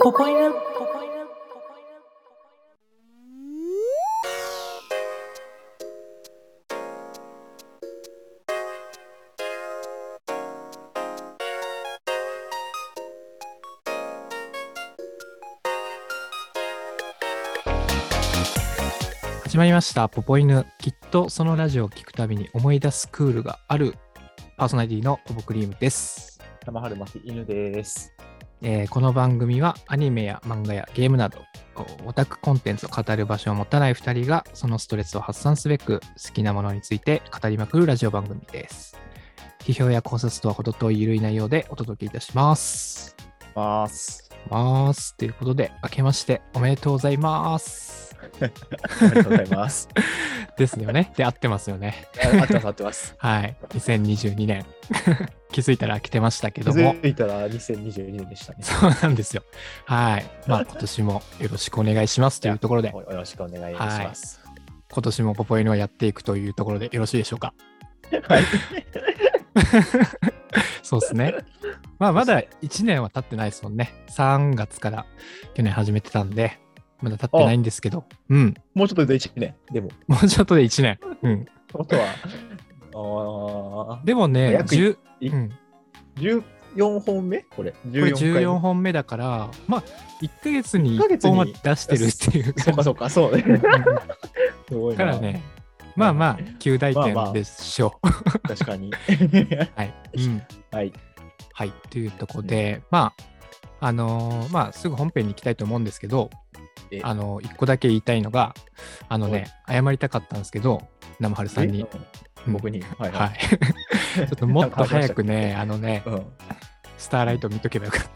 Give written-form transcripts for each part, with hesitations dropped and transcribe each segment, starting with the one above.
ポポイヌ始まりましたポポイヌ。きっとそのラジオを聞くたびに思い出すクールがあるパーソナリティのポポクリームです。 玉春巻き犬です。 この番組はアニメや漫画やゲームなどオタクコンテンツを語る場所を持たない2人がそのストレスを発散すべく好きなものについて語りまくるラジオ番組です。批評や考察とは程遠い緩い内容でお届けいたします。ということで明けましておめでとうございます。 おめでとうございます。 ですよね。で、合ってますよね。 合ってます。 はい。2022年。気づいたら来てましたけども。 気づいたら2022年でしたね。 そうなんですよ。はい。まあ、今年もよろしくお願いしますというところで。 よろしくお願いします。 はい、今年もポポイヌをやっていくというところでよろしいでしょうか。 はい。 そうですね。まあ、まだ1年は経ってないですもんね。3月から去年始めてたんで。まだ経ってないんですけど、 もうちょっとで1年、でも。 もうちょっとで1年。 ことは、 でもね、 14 これ14本目だから、まあ、1ヶ月に1本は出してるっていう。 そうね。 からね、まあまあ、9大点でしょう。 確かに。 はい。はい。というところで、まあ、すぐ本編に行きたいと思うんですけど、一個だけ言いたいのが、謝りたかったんですけど、生春さんに。 僕に。はい。 ちょっともっと早くね、スターライト見とけばよかった。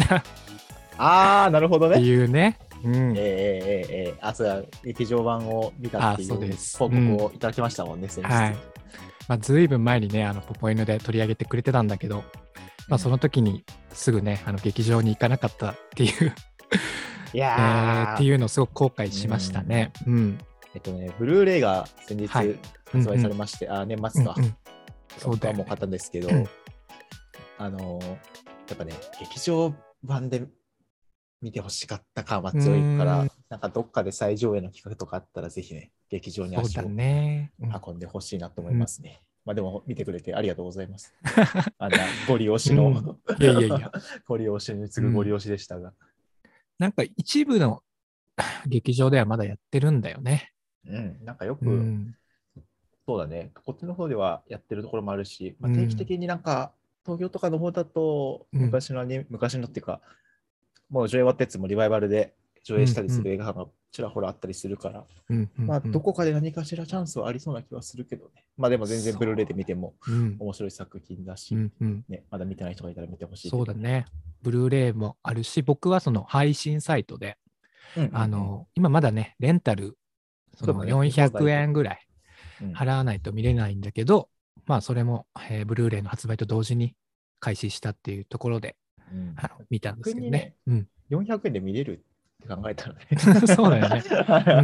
なるほどね。 っていうね。 そうだ、劇場版を見たっていう報告をいただきましたもんね、先日。 はい。まあ、ずいぶん前にね、ポポイヌで取り上げてくれてたんだけど、まあ、その時にすぐね、劇場に行かなかったっていうっていうのをすごく後悔しましたね。 ブルーレイが先日発売されまして、年末か。 そうだよね。 も買ったんですけど、やっぱね、劇場版で見てほしかった感は強いから、なんかどっかで再上映の企画とかあったらぜひね、劇場に足を運んでほしいなと思いますね。まあでも見てくれてありがとうございます。ご利用しの、 いやご利用しに次ぐご利用しでしたが。 なんか一部の劇場ではまだやってるんだよね。 なんかよく、そうだね、こっちの方ではやってるところもあるし、まあ、定期的になんか、東京とかの方だと、昔のっていうか、もう上映終わったやつもリバイバルで上映したりする映画がちらほらあったりするから、まあ、どこかで何かしらチャンスはありそうな気はするけどね。まあでも全然ブルーレイで見ても面白い作品だし、ね、まだ見てない人がいたら見てほしい。 そうだね。ブルーレイもあるし、僕はその配信サイトで、今まだね、レンタルその400円ぐらい払わないと見れないんだけど、まあそれも、ブルーレイの発売と同時に開始したっていうところで、見たんですけどね。 400円で見れるって考えたらね。 そうだよね。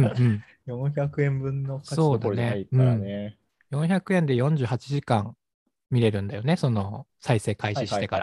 400円分の価値どころじゃないからね。 400円で48時間見れるんだよね、その再生開始してから。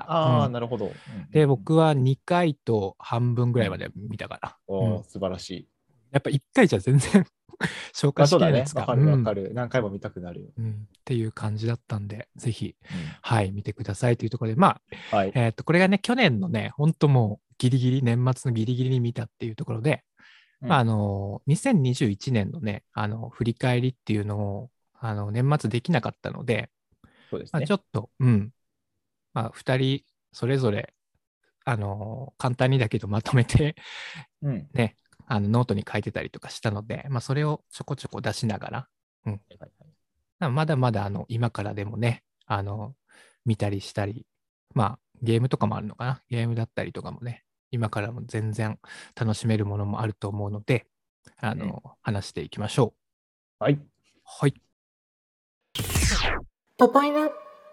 なるほど。 で、僕は2回と半分ぐらいまで見たから。 素晴らしい。 やっぱ1回じゃ全然消化しきれないですか。 わかる。何回も見たくなるよ。 っていう感じだったんで、ぜひ、見てくださいというところで、まあ、これがね、去年のね、本当もうギリギリ、年末のギリギリに見たっていうところで、まあ、2021年のね、振り返りっていうのを、年末できなかったので、まあ、ちょっと、まあ、2人それぞれ、簡単にだけどまとめて、ね、ノートに書いてたりとかしたので、まあ、それをちょこちょこ出しながら、まだまだ今からでもね、見たりしたり、まあ、ゲームとかもあるのかな。ゲームだったりとかもね、今からも全然楽しめるものもあると思うので、話していきましょう。はい。 ポポイヌ。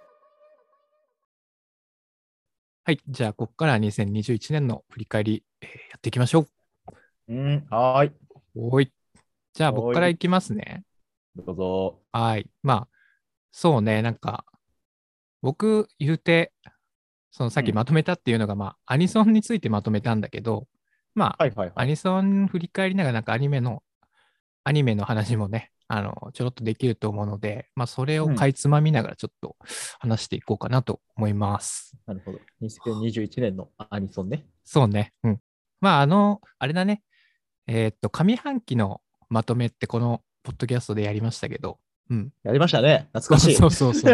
はい。じゃあ、ここから2021年の振り返り、やっていきましょう。 はい。 じゃあ、僕からいきますね。 どうぞ。 はい。まあ、そうね、なんか、僕言うて、そのさっきまとめたっていうのが、まあ、アニソンについてまとめたんだけど、 まあ、アニソン振り返りながら、なんかアニメの話もね、ちょろっとできると思うので、まあ、それをかいつまみながらちょっと話していこうかなと思います。 なるほど。2021年のアニソンね。 そうね。うん。まあ、あれだね。上半期のまとめってこのポッドキャストでやりましたけど、うん。 やりましたね。懐かしい。 そうそうそう。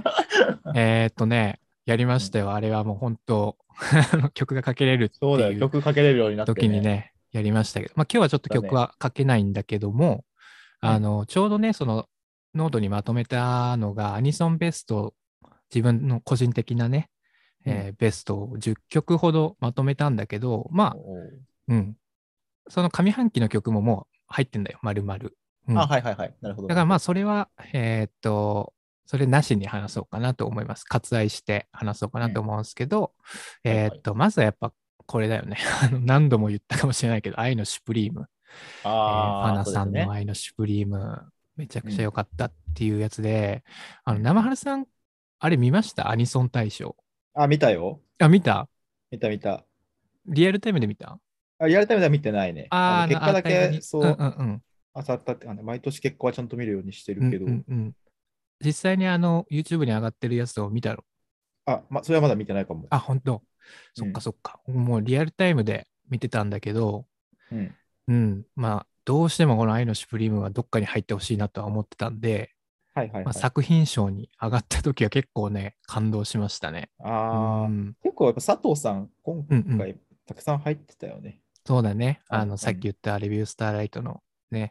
やりましたよ。あれはもう本当、曲がかけれるっていう曲かけれるようになって時にね、やりましたけど、まあ今日はちょっと曲はかけないんだけども、ちょうどね、そのノートにまとめたのが、アニソンベスト、自分の個人的なね、ベストを10曲ほどまとめたんだけど、まあ、うん。その上半期の曲ももう入ってんだよ、丸々。 はいはいはい。なるほど。 だからまあ、それは、それなしに話そうかなと思います。割愛して話そうかなと思うんですけど、まずはやっぱこれだよね。何度も言ったかもしれないけど、愛のシュプリーム。ファナさんの愛のシュプリーム、めちゃくちゃ良かったっていうやつで、生春さん、あれ見ました？アニソン大賞。 見たよ。 見た？ 見た。 リアルタイムで見た？ リアルタイムでは見てないね。結果だけ、そう、当たったって、毎年結果はちゃんと見るようにしてるけど。 実際にYouTube に上がってるやつを見たろ？ それはまだ見てないかも。 本当。そっかそっか。もうリアルタイムで見てたんだけど、まあ、どうしてもこの愛のシュプリームはどっかに入ってほしいなとは思ってたんで、作品賞に上がった時は結構ね、感動しましたね。 結構やっぱ佐藤さん、今回たくさん入ってたよね。 そうだね。さっき言ったレビュースターライトのね、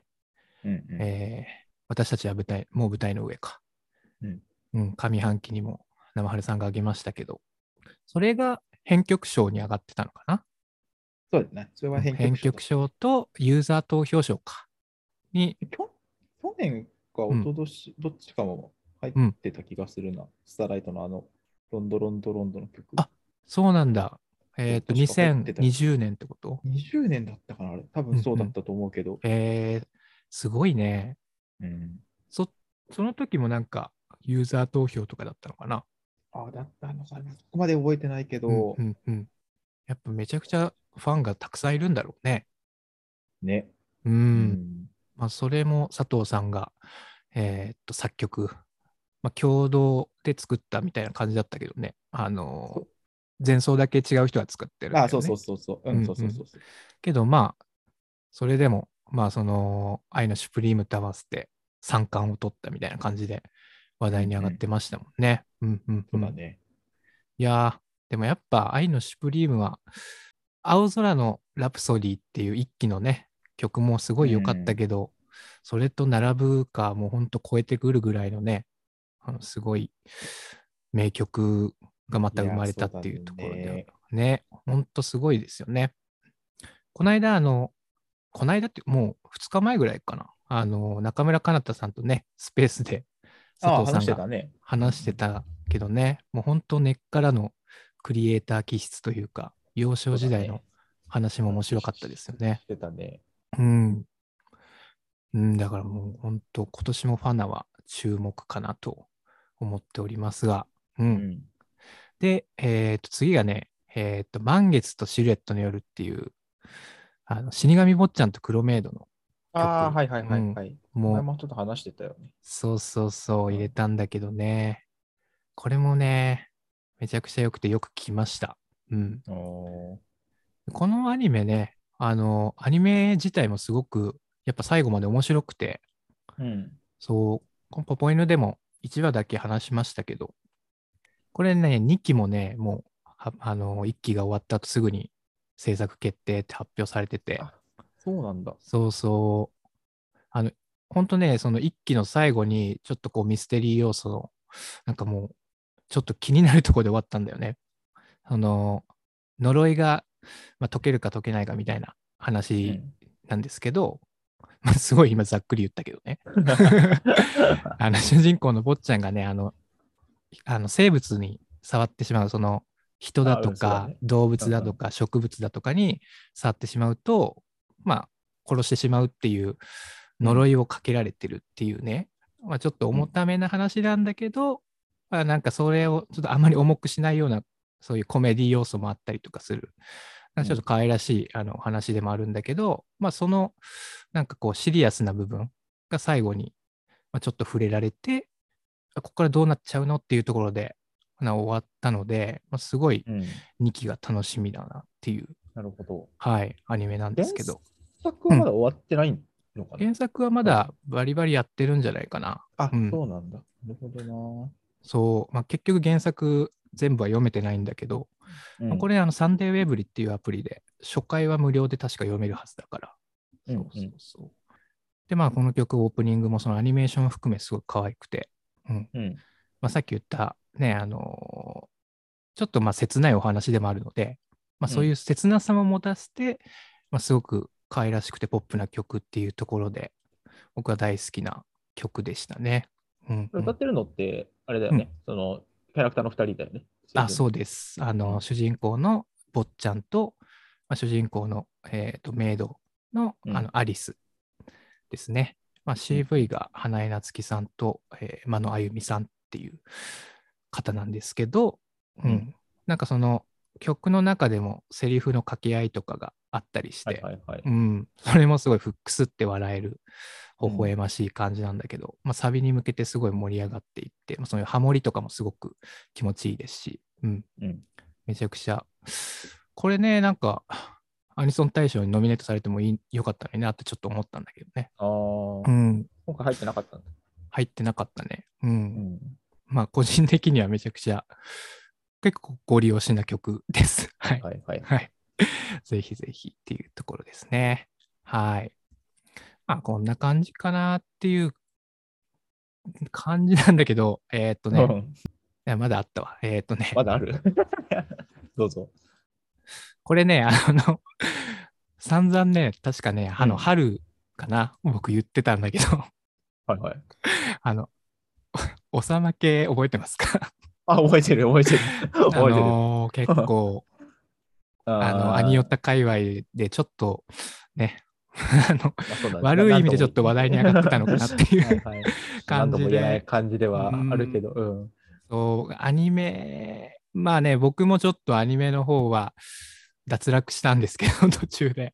私たちはもう舞台の上か。上半期にも生春さんが挙げましたけど、それが編曲賞に上がってたのかな？ そうですね。それは編曲賞とユーザー投票賞か。 去年か一昨年、どっちかも入ってた気がするな。スターライトのロンドの曲。 そうなんだ。2020年ってこと？ 20 年だったかな、あれ。多分そうだったと思うけど。 すごいね。その時もなんか、ユーザー投票とかだったのかな？ だったのかな。そこまで覚えてないけど。 やっぱめちゃくちゃファンがたくさんいるんだろうね。 ね。 まあ、それも佐藤さんが、作曲、まあ、共同で作ったみたいな感じだったけどね。前奏だけ違う人が作ってるんだよね。 そう。そう。 けどまあ、それでも、まあその、愛のシュプリームと合わせて3冠を取ったみたいな感じで話題に上がってましたもんね。 そうだね。 いやー、でもやっぱ愛のシュプリームは、青空のラプソディっていう一期のね、曲もすごい良かったけど、それと並ぶか、もうほんと超えてくるぐらいのね、すごい名曲がまた生まれたっていうところでね、ほんとすごいですよね。この間ってもう2日前ぐらいかな、中村かなたさんとね、スペースで佐藤さんが話してたけどね、もう本当根っからのクリエイター気質というか、幼少時代の話も面白かったですよね。 してたね。 だからもう本当今年もファナは注目かなと思っておりますが、で、次がね、満月とシルエットの夜っていう、死神坊ちゃんと黒メイドの曲。 はい。前もちょっと話してたよね。 そう、入れたんだけどね。これもね、めちゃくちゃ良くてよく聞きました。このアニメね、アニメ自体もすごく、やっぱ最後まで面白くて、そう、このポポイヌでも1話だけ話しましたけど、これね、2期もね、もう、1期が終わった後すぐに制作決定って発表されてて、 そうなんだ。 そう。本当ね、その1期の最後に、ちょっとこうミステリー要素の、なんかもう、ちょっと気になるところで終わったんだよね。呪いが、解けるか解けないかみたいな話なんですけど、すごい今ざっくり言ったけどね。主人公の坊ちゃんがね、生物に触ってしまう、その人だとか動物だとか植物だとかに触ってしまうと、殺してしまうっていう呪いをかけられてるっていうね、ちょっと重ためな話なんだけど、なんかそれをちょっとあまり重くしないような、そういうコメディ要素もあったりとかする、 ちょっと可愛らしいお話でもあるんだけど、まあそのなんかこうシリアスな部分が最後にちょっと触れられて、ここからどうなっちゃうのっていうところで終わったので、すごい2期が楽しみだなっていう、 なるほど。 はい、アニメなんですけど。 原作はまだ終わってないのかな、 原作はまだバリバリやってるんじゃないかな。 そうなんだ。なるほどな。 そう、結局原作全部は読めてないんだけど、これサンデーウェブリっていうアプリで、初回は無料で確か読めるはずだから。そうそうそう。で、この曲、オープニングもそのアニメーションを含めすごい可愛くて、さっき言ったね、ちょっと切ないお話でもあるので、そういう切なさも持たせて、すごく可愛らしくてポップな曲っていうところで、僕は大好きな曲でしたね。 歌ってるのって、あれだよね、そのキャラクターの2人だよね。 そうです。主人公の坊ちゃんと、主人公の、メイドの、アリスですね。CV が花江夏樹さんと、真野あゆみさんっていう方なんですけど、なんかその曲の中でもセリフの掛け合いとかがあったりして、それもすごいフックスって笑える微笑ましい感じなんだけど、サビに向けてすごい盛り上がっていって、そういうハモリとかもすごく気持ちいいですし、めちゃくちゃ、これね、なんかアニソン大賞にノミネートされてもよかったのになってちょっと思ったんだけどね。 今回入ってなかったんだ。 入ってなかったね。個人的にはめちゃくちゃ結構ご利用しな曲です。はい。ぜひぜひっていうところですね。はい。こんな感じかなっていう感じなんだけど、いやまだあったわ。 まだあるどうぞ。 これね、散々ね、確かね、春かな、僕言ってたんだけど、おさまけ覚えてますか？ 覚えてる。 結構、アニオタ界隈でちょっとね、悪い意味でちょっと話題に上がってたのかなっていう感じで。 ない感じではあるけど、 そう、アニメ、僕もちょっとアニメの方は脱落したんですけど、途中で。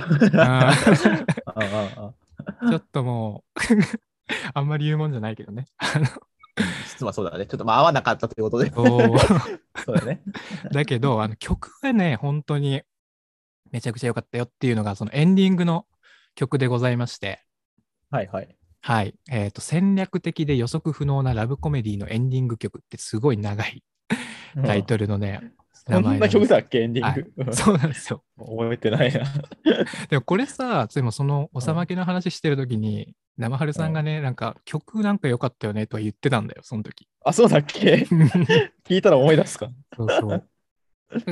ちょっともうあんまり言うもんじゃないけどね。 そうだね。ちょっと合わなかったということで。そうだね。 だけど、曲がね、本当にめちゃくちゃ良かったよっていうのが、そのエンディングの曲でございまして。 はい。 戦略的で予測不能なラブコメディのエンディング曲ってすごい長いタイトルのね、 名前なんです。そんな曲だっけ、エンディング。そうなんですよ。 覚えてないな。 でもこれさ、でもそのおさまけの話してるときに、生春さんがね、なんか曲なんか良かったよねとは言ってたんだよ、その時。 そうだっけ聞いたら思い出すか。 そうそう。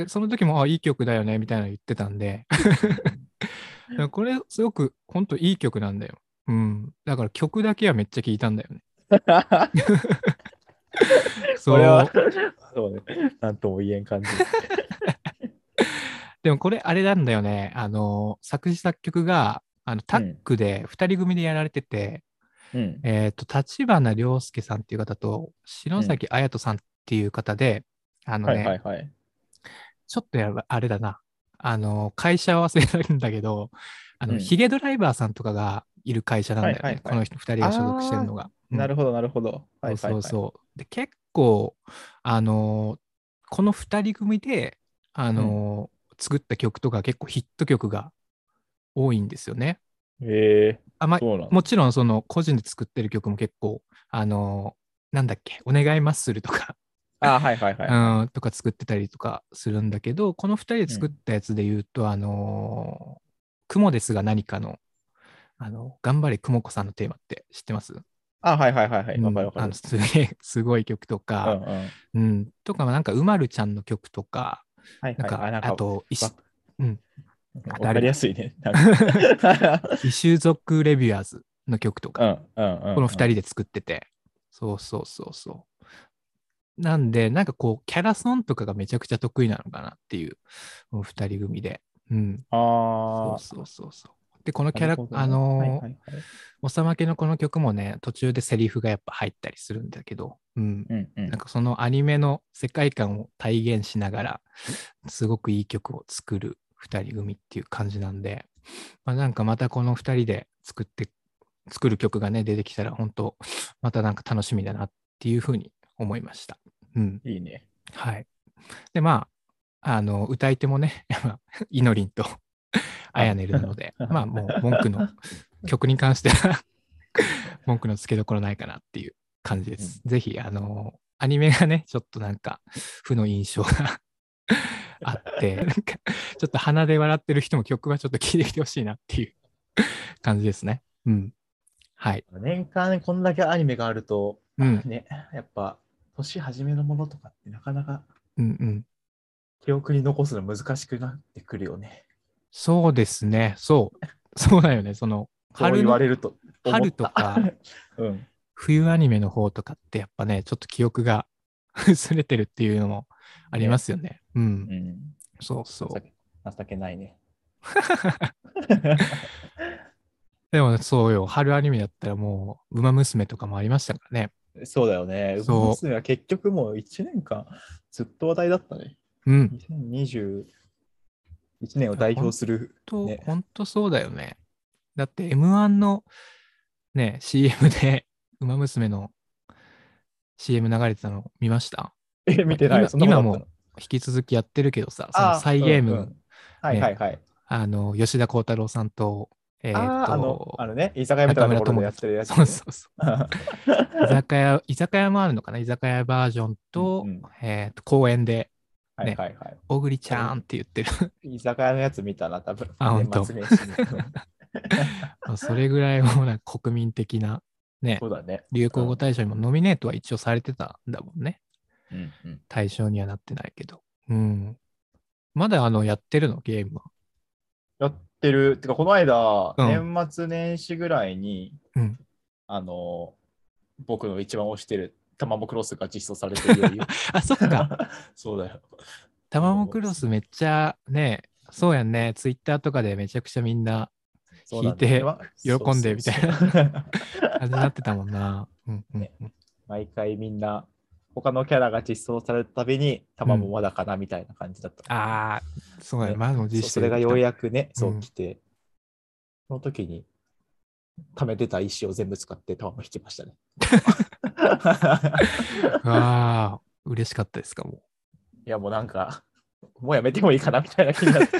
その時も、いい曲だよねみたいなの言ってたんで、これすごく本当いい曲なんだよ。だから曲だけはめっちゃ聴いたんだよね。 それは、そうね。なんとも言えん感じ。 でもこれあれなんだよね。作詞作曲がタッグで2人組でやられてて、立花涼介さんっていう方と篠崎彩人さんっていう方で、ちょっとあれだな。会社は忘れるんだけど、ヒゲドライバーさんとかがいる会社なんだよね。この人2人が所属してるのが。 なるほど。 そう。で、結構、この2人組で、作った曲とか結構ヒット曲が多いんですよね。もちろんその個人で作ってる曲も結構、なんだっけ、お願いマッスルとかとか作ってたりとかするんだけど、この2人で作ったやつで言うと、雲ですが何かの、頑張れ雲子さんのテーマって知ってます？ わかる。 すごい曲とか、とか、なんか、うまるちゃんの曲とか、あと、 わかりやすいね。 異種族レビュアーズの曲とか、この2人で作ってて、そう。なんで、なんかこう、キャラソンとかがめちゃくちゃ得意なのかなっていう、2人組で。そう。で、このキャラ、おさまけのこの曲もね、途中でセリフがやっぱ入ったりするんだけど、なんかそのアニメの世界観を体現しながら、すごくいい曲を作る 2人組っていう感じなんで、なんかまたこの2人で作る曲がね、出てきたら、本当またなんか楽しみだなっていうふうに思いました。うん。 いいね。 はい。で、歌い手もね、イノリンとあやねるなので、もう文句の曲に関しては文句のつけどころないかなっていう感じです。ぜひ、アニメがね、ちょっとなんか負の印象があって、なんかちょっと鼻で笑ってる人も曲はちょっと聴いてきてほしいなっていう感じですね。うん。はい。 年間こんだけアニメがあると、 やっぱ年始めのものとかってなかなか記憶に残すの難しくなってくるよね。 そうですね。そうだよね。 そう言われると春とか、冬アニメの方とかってやっぱね、ちょっと記憶が薄れてるっていうのもありますよね。そうそう。 情けないね。 でもそうよ、春アニメだったらもう、ウマ娘とかもありましたからね。 そうだよね。ウマ娘は結局もう1年間ずっと話題だったね。2021年を代表する、 ね。本当そうだよね。だって M1 のね、CM でウマ娘の CM 流れてたの見ました？ 見てない。 今も引き続きやってるけどさ、そのサイゲーム、吉田鋼太郎さんと、 居酒屋みたいなところでやってるやつ、ね。 そう。居酒屋もあるのかな、居酒屋バージョンと、公園で、小栗ちゃんって言ってる。 居酒屋のやつ見たな、多分。 本当。それぐらいもなんか国民的な、ね、流行語大賞にもノミネートは一応されてたんだもんね。対象にはなってないけど。まだやってるの、ゲームは。 やってる。てか、この間、年末年始ぐらいに、僕の一番推してるタマモクロスが実装されてるよ。 あ、そっか。 そうだよ。 タマモクロスめっちゃね、そうやんね、ツイッターとかでめちゃくちゃみんな弾いて喜んでみたいな感じになってたもんな。 毎回みんな、他のキャラが実装されたたびに、タマモまだかなみたいな感じだった。 ああ、そうだね、まだの実それがようやくね、そう来て、その時に、貯めてた石を全部使ってタマモ引きましたね。 ああ、嬉しかったですか、もう。 いや、もうなんか、もうやめてもいいかなみたいな気になって。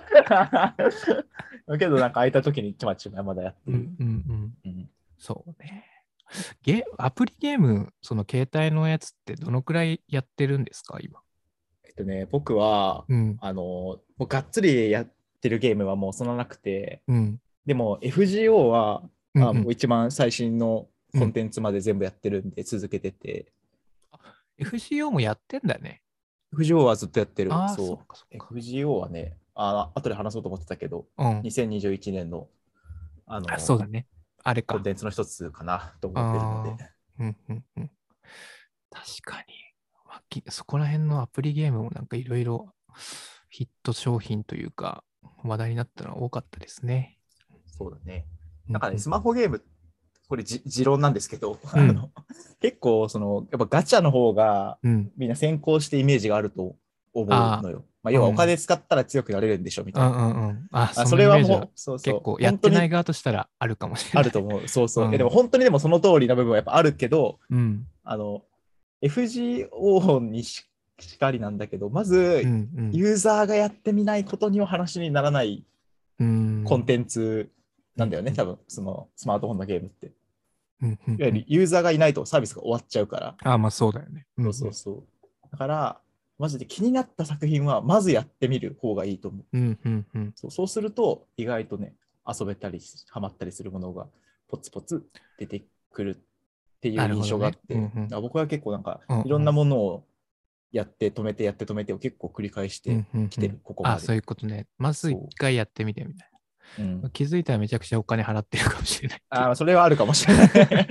けど、なんか空いた時にちまちままだやってる。 そうね。アプリゲーム、その携帯のやつってどのくらいやってるんですか、今。 僕は、もうがっつりやってるゲームはもうそんななくて、でも FGO は、もう一番最新のコンテンツまで全部やってるんで続けてて。 FGO もやってんだね。 FGO はずっとやってる。 そう。 FGO はね、後で話そうと思ってたけど、2021年の、 そうだね。あれか。 コンテンツの一つかなと思ってるので。確かに。そこら辺のアプリゲームもなんかいろいろヒット商品というか話題になったのは多かったですね。 そうだね。なんかね、スマホゲーム、これ持論なんですけど、結構やっぱガチャの方がみんな先行してイメージがあると思うのよ。要はお金使ったら強くなれるんでしょみたいな。 それはもう結構やってない側としたらあるかもしれない。 あると思う。そう。でも本当にでもその通りな部分はやっぱあるけど、FGO にしかりなんだけど、まずユーザーがやってみないことには話にならないコンテンツなんだよね、多分そのスマートフォンのゲームって。いわゆるユーザーがいないとサービスが終わっちゃうから。 そうだよね。 そう。だから、マジで気になった作品はまずやってみる方がいいと思う。そうすると、意外とね、遊べたり、ハマったりするものがポツポツ出てくるっていう印象があって、僕は結構なんか、いろんなものをやって止めてやって止めてを結構繰り返してきてる、ここまで。 そういうことね。まず一回やってみてみたいな。気づいたらめちゃくちゃお金払ってるかもしれない。 それはあるかもしれない。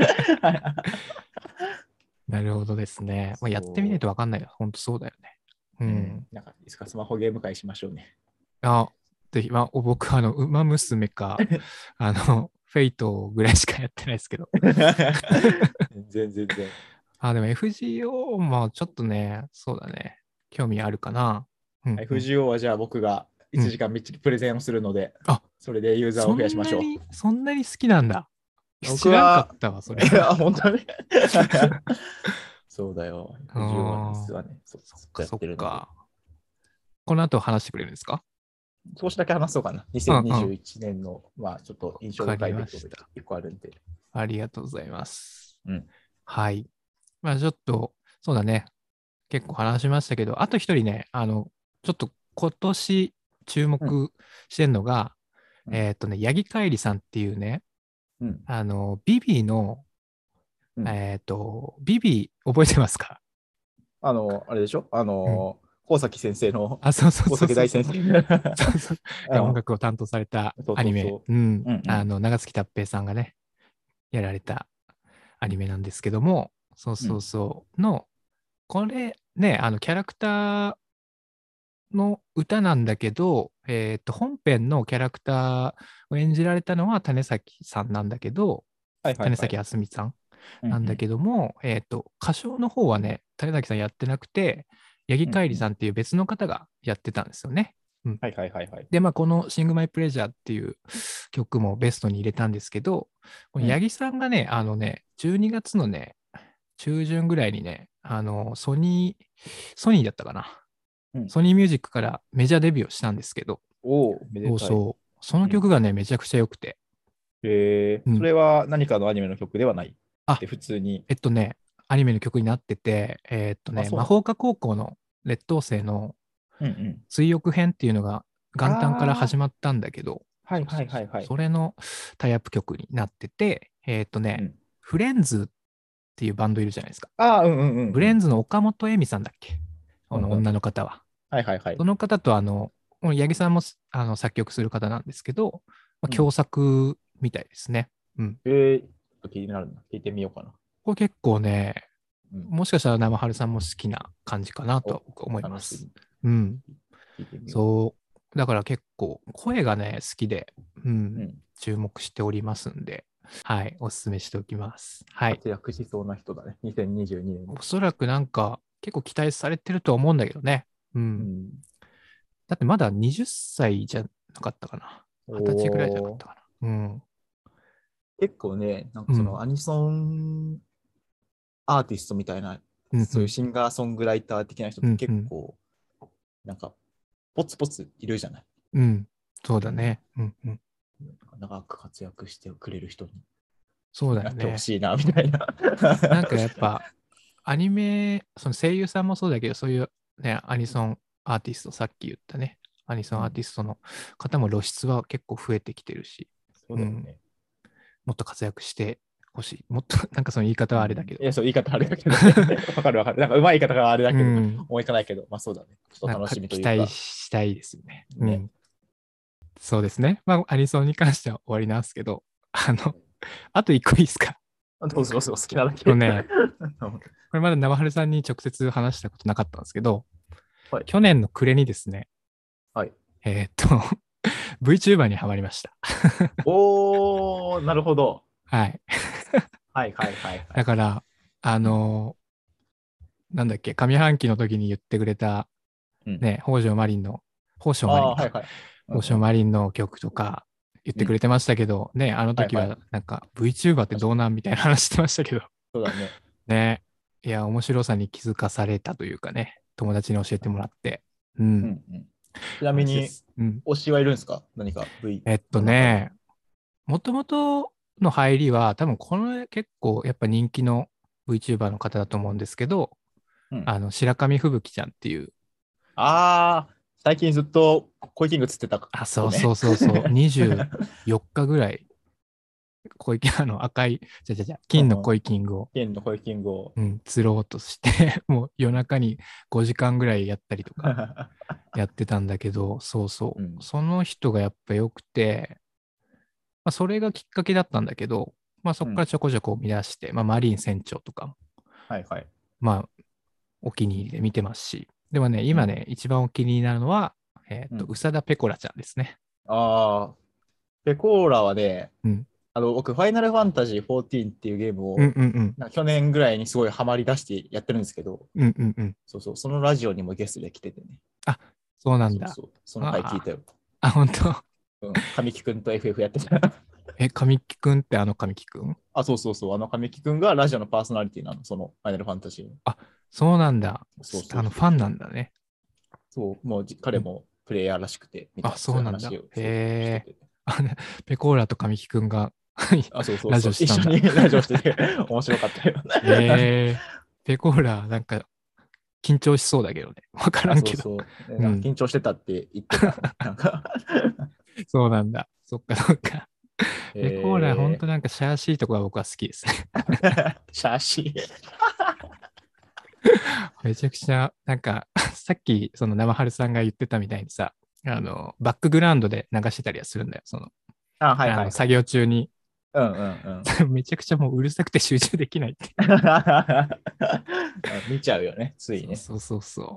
なるほどですね。やってみないと分かんないよ。本当そうだよね。 なんかいつかスマホゲーム会しましょうね。 ぜひ、僕はウマ娘か、フェイトぐらいしかやってないですけど。 全然。 でも FGO もちょっとね、そうだね。興味あるかな。 FGO はじゃあ僕が 1時間みっちりプレゼンをするので、それでユーザーを増やしましょう。 そんなに好きなんだ。 僕は、 知らんかったわ、それ。 本当にそうだよ。10話の実はね、そっかそっか。 この後話してくれるんですか？ 少しだけ話そうかな。2021年の、まあちょっと印象深い出来事が結構あるんで。 ありがとうございます。 うん。 はい。まあちょっと、そうだね。結構話しましたけど、あと一人ね、ちょっと今年注目してんのが、八木海里さんっていうね、ビビの、ビビ覚えてますか？ あれでしょ高崎先生の、 そう高崎大先生が音楽を担当されたアニメ、長月達平さんがね、やられたアニメなんですけども、の、これね、キャラクターの歌なんだけど、本編のキャラクターを演じられたのは種崎さんなんだけど、種崎あすみさんなんだけども、歌唱の方はね、種崎さんやってなくて、八木海里さんっていう別の方がやってたんですよね。で、まあ、この Sing My Pleasure っていう曲もベストに入れたんですけど、この八木さんがね、12月のね、中旬ぐらいにね、ソニーだったかな。ソニーミュージックからメジャーデビューをしたんですけど、その曲がね、めちゃくちゃ良くて。 それは何かのアニメの曲ではない？普通に。 アニメの曲になってて、魔法科高校の劣等生の追憶編っていうのが元旦から始まったんだけど、それのタイアップ曲になってて、フレンズっていうバンドいるじゃないですか。フレンズの岡本恵美さんだっけ、この女の方は。その方と八木さんも作曲する方なんですけど、共作みたいですね。 気になるな。聞いてみようかな。 これ結構ね、もしかしたら生春さんも好きな感じかなと僕は思います。そう。だから結構声がね、好きで、注目しておりますんで、はい、おすすめしておきます。はい。 活躍しそうな人だね、2022年。 おそらくなんか結構期待されてるとは思うんだけどね。だってまだ20歳じゃなかったかな。20歳ぐらいじゃなかったかな。 結構ね、なんかそのアニソンアーティストみたいな、そういうシンガーソングライター的な人って結構、なんか、ポツポツいるじゃない。 そうだね。 長く活躍してくれる人にそうだよね。 なってほしいな、みたいな。 なんかやっぱ、アニメ、その声優さんもそうだけど、そういうね、アニソンアーティスト、さっき言ったね、アニソンアーティストの方も露出は結構増えてきてるし、 そうだよね。 もっと活躍してほしい。もっと、なんかその言い方はあれだけど。 いや、そう、言い方あれだけど、わかるわかる。なんかうまい言い方があれだけど、思いつかないけど、まあそうだね。ちょっと楽しみというか。 期待したいですよね。そうですね。まあ、アニソンに関しては終わりなんですけど、あと一個いいですか？ どうぞ、好きなだけ。 ね、これまだ生春さんに直接話したことなかったんですけど、去年の暮れにですね、VTuber にハマりました。 おー、なるほど。 はい。だから、なんだっけ、上半期の時に言ってくれた、ね、宝生マリンの曲とか言ってくれてましたけど、ね、あの時はなんか VTuber ってどうなんみたいな話してましたけど、 そうだね。 ね、いや、面白さに気づかされたというかね、友達に教えてもらって。 ちなみに、推しはいるんですか？何か V。 もともとの入りは、多分この結構やっぱ人気の VTuber の方だと思うんですけど、白神吹雪ちゃんっていう。 最近ずっとコイキング釣ってた、 ね。そう。24日ぐらい、赤い、金のコイキングを。釣ろうとして、もう夜中に5時間ぐらいやったりとかやってたんだけど、その人がやっぱ良くて、まあ、それがきっかけだったんだけど、まあ、そこからちょこちょこ見出して、マリン船長とかも、まあ、お気に入りで見てますし、でもね、今ね、一番お気に入りなのは、宇佐田ペコラちゃんですね。 ペコーラはね、僕、ファイナルファンタジー14っていうゲームを、去年ぐらいにすごいハマり出してやってるんですけど、そのラジオにもゲストで来ててね。 そうなんだ。 その回聞いたよ。 あ、本当。 神木くんと FF やってた。 神木くんって神木くん？ あ、そう。神木くんがラジオのパーソナリティなの、そのファイナルファンタジーの。 あ、そうなんだ。 そう。 ファンなんだね。 そう、もう彼もプレイヤーらしくて、 あ、そうなんだ。 そういう話をへえ。ペコーラと神木くんがそうラジオしたんだ。 一緒にラジオしてて面白かったよ。 ペコーラ、なんか緊張しそうだけどね。わからんけど。 緊張してたって言ってた。なんかそうなんだ。そっかそっか。ペコーラ、ほんとなんかシャーシーとか僕は好きですね。 シャーシー。 めちゃくちゃ、なんか、さっき、その生春さんが言ってたみたいにさ、バックグラウンドで流してたりはするんだよ。作業中に。めちゃくちゃもううるさくて集中できないって。 見ちゃうよね、ついね。 そう。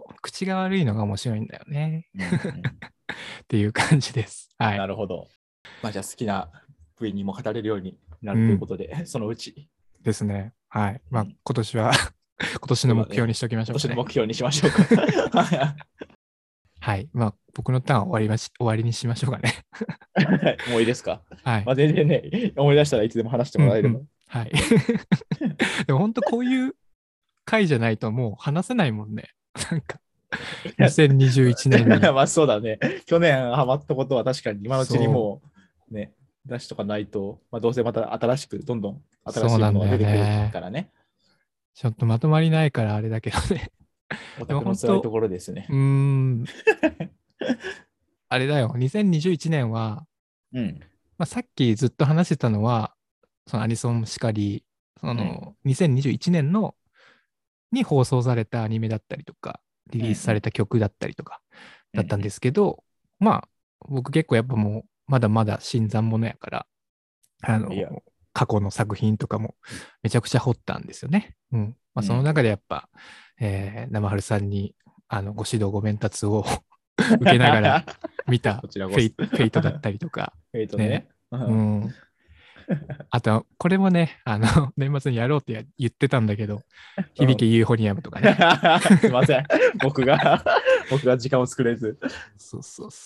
口が悪いのが面白いんだよね。っていう感じです。はい。 なるほど。じゃあ好きな部位にも語れるようになるということで、そのうち。 ですね。はい。今年は今年の目標にしておきましょうかね。 今年の目標にしましょうか。 はい。僕のターン終わりにしましょうかね。 もういいですか？ はい。 全然ね、思い出したらいつでも話してもらえれば。 はい。でも本当こういう回じゃないともう話せないもんね。なんか、2021年に。 そうだね。去年ハマったことは確かに今のうちにもうね、出しとかないと、どうせまた新しく、どんどん新しいものが出てくるからね。 ちょっとまとまりないからあれだけどね。 オタクの辛いところですね。 あれだよ、2021年は、さっきずっと話してたのは、そのアニソンもしかり、2021年に放送されたアニメだったりとか、リリースされた曲だったりとかだったんですけど、僕結構やっぱもう、まだまだ新参者やから、過去の作品とかもめちゃくちゃ掘ったんですよね。その中でやっぱ、生春さんにご指導ご鞭達を受けながら見たフェイトだったりとか。 フェイトね。 あと、これもね、年末にやろうって言ってたんだけど、響けユーフォニアムとかね。 すいません。僕が時間を作れず。 そう。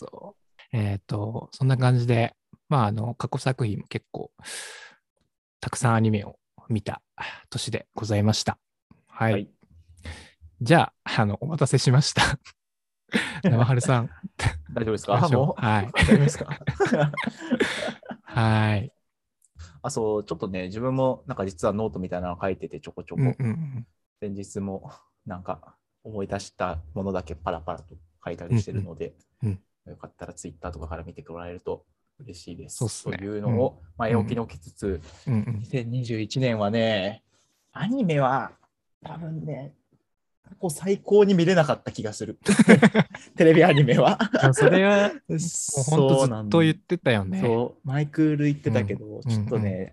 そんな感じで、過去作品も結構、たくさんアニメを見た年でございました。はい。じゃあ、お待たせしました。生春さん。 大丈夫ですか？もう。 はい。 大丈夫ですか？ はい。 ちょっとね、自分もなんか実はノートみたいなの書いててちょこちょこ。先日もなんか思い出したものだけパラパラと書いたりしてるので、よかったらツイッターとかから見てもらえると嬉しいです。 そうっすね。 というのを前置きに置きつつ、2021年はね、アニメは多分ね、過去最高に見れなかった気がする。テレビアニメは。 それは、もう本当ずっと言ってたよね。 そう、マイクール言ってたけど、ちょっとね、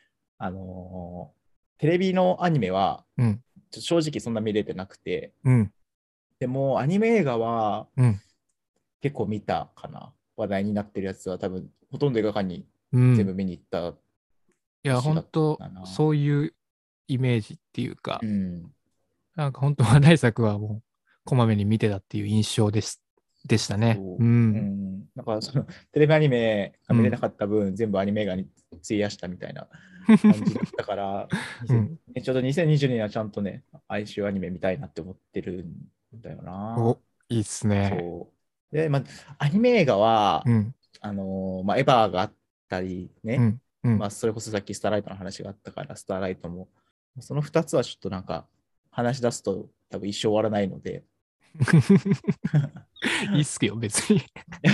テレビのアニメは、正直そんな見れてなくて、でもアニメ映画は結構見たかな。話題になってるやつは多分ほとんど映画館に全部見に行った。 いや、本当そういうイメージっていうか、なんか本当話題作はもうこまめに見てたっていう印象でしたね。 なんかそのテレビアニメが見れなかった分、全部アニメ映画に費やしたみたいな感じだったから、ちょうど2020年はちゃんとね、哀愁アニメ見たいなって思ってるんだよな。 いいっすね。 で、アニメ映画は、エヴァがあったりね、それこそさっきスターライトの話があったから、スターライトも、その2つはちょっとなんか話し出すと多分一生終わらないので。 いいっすよ、別に。い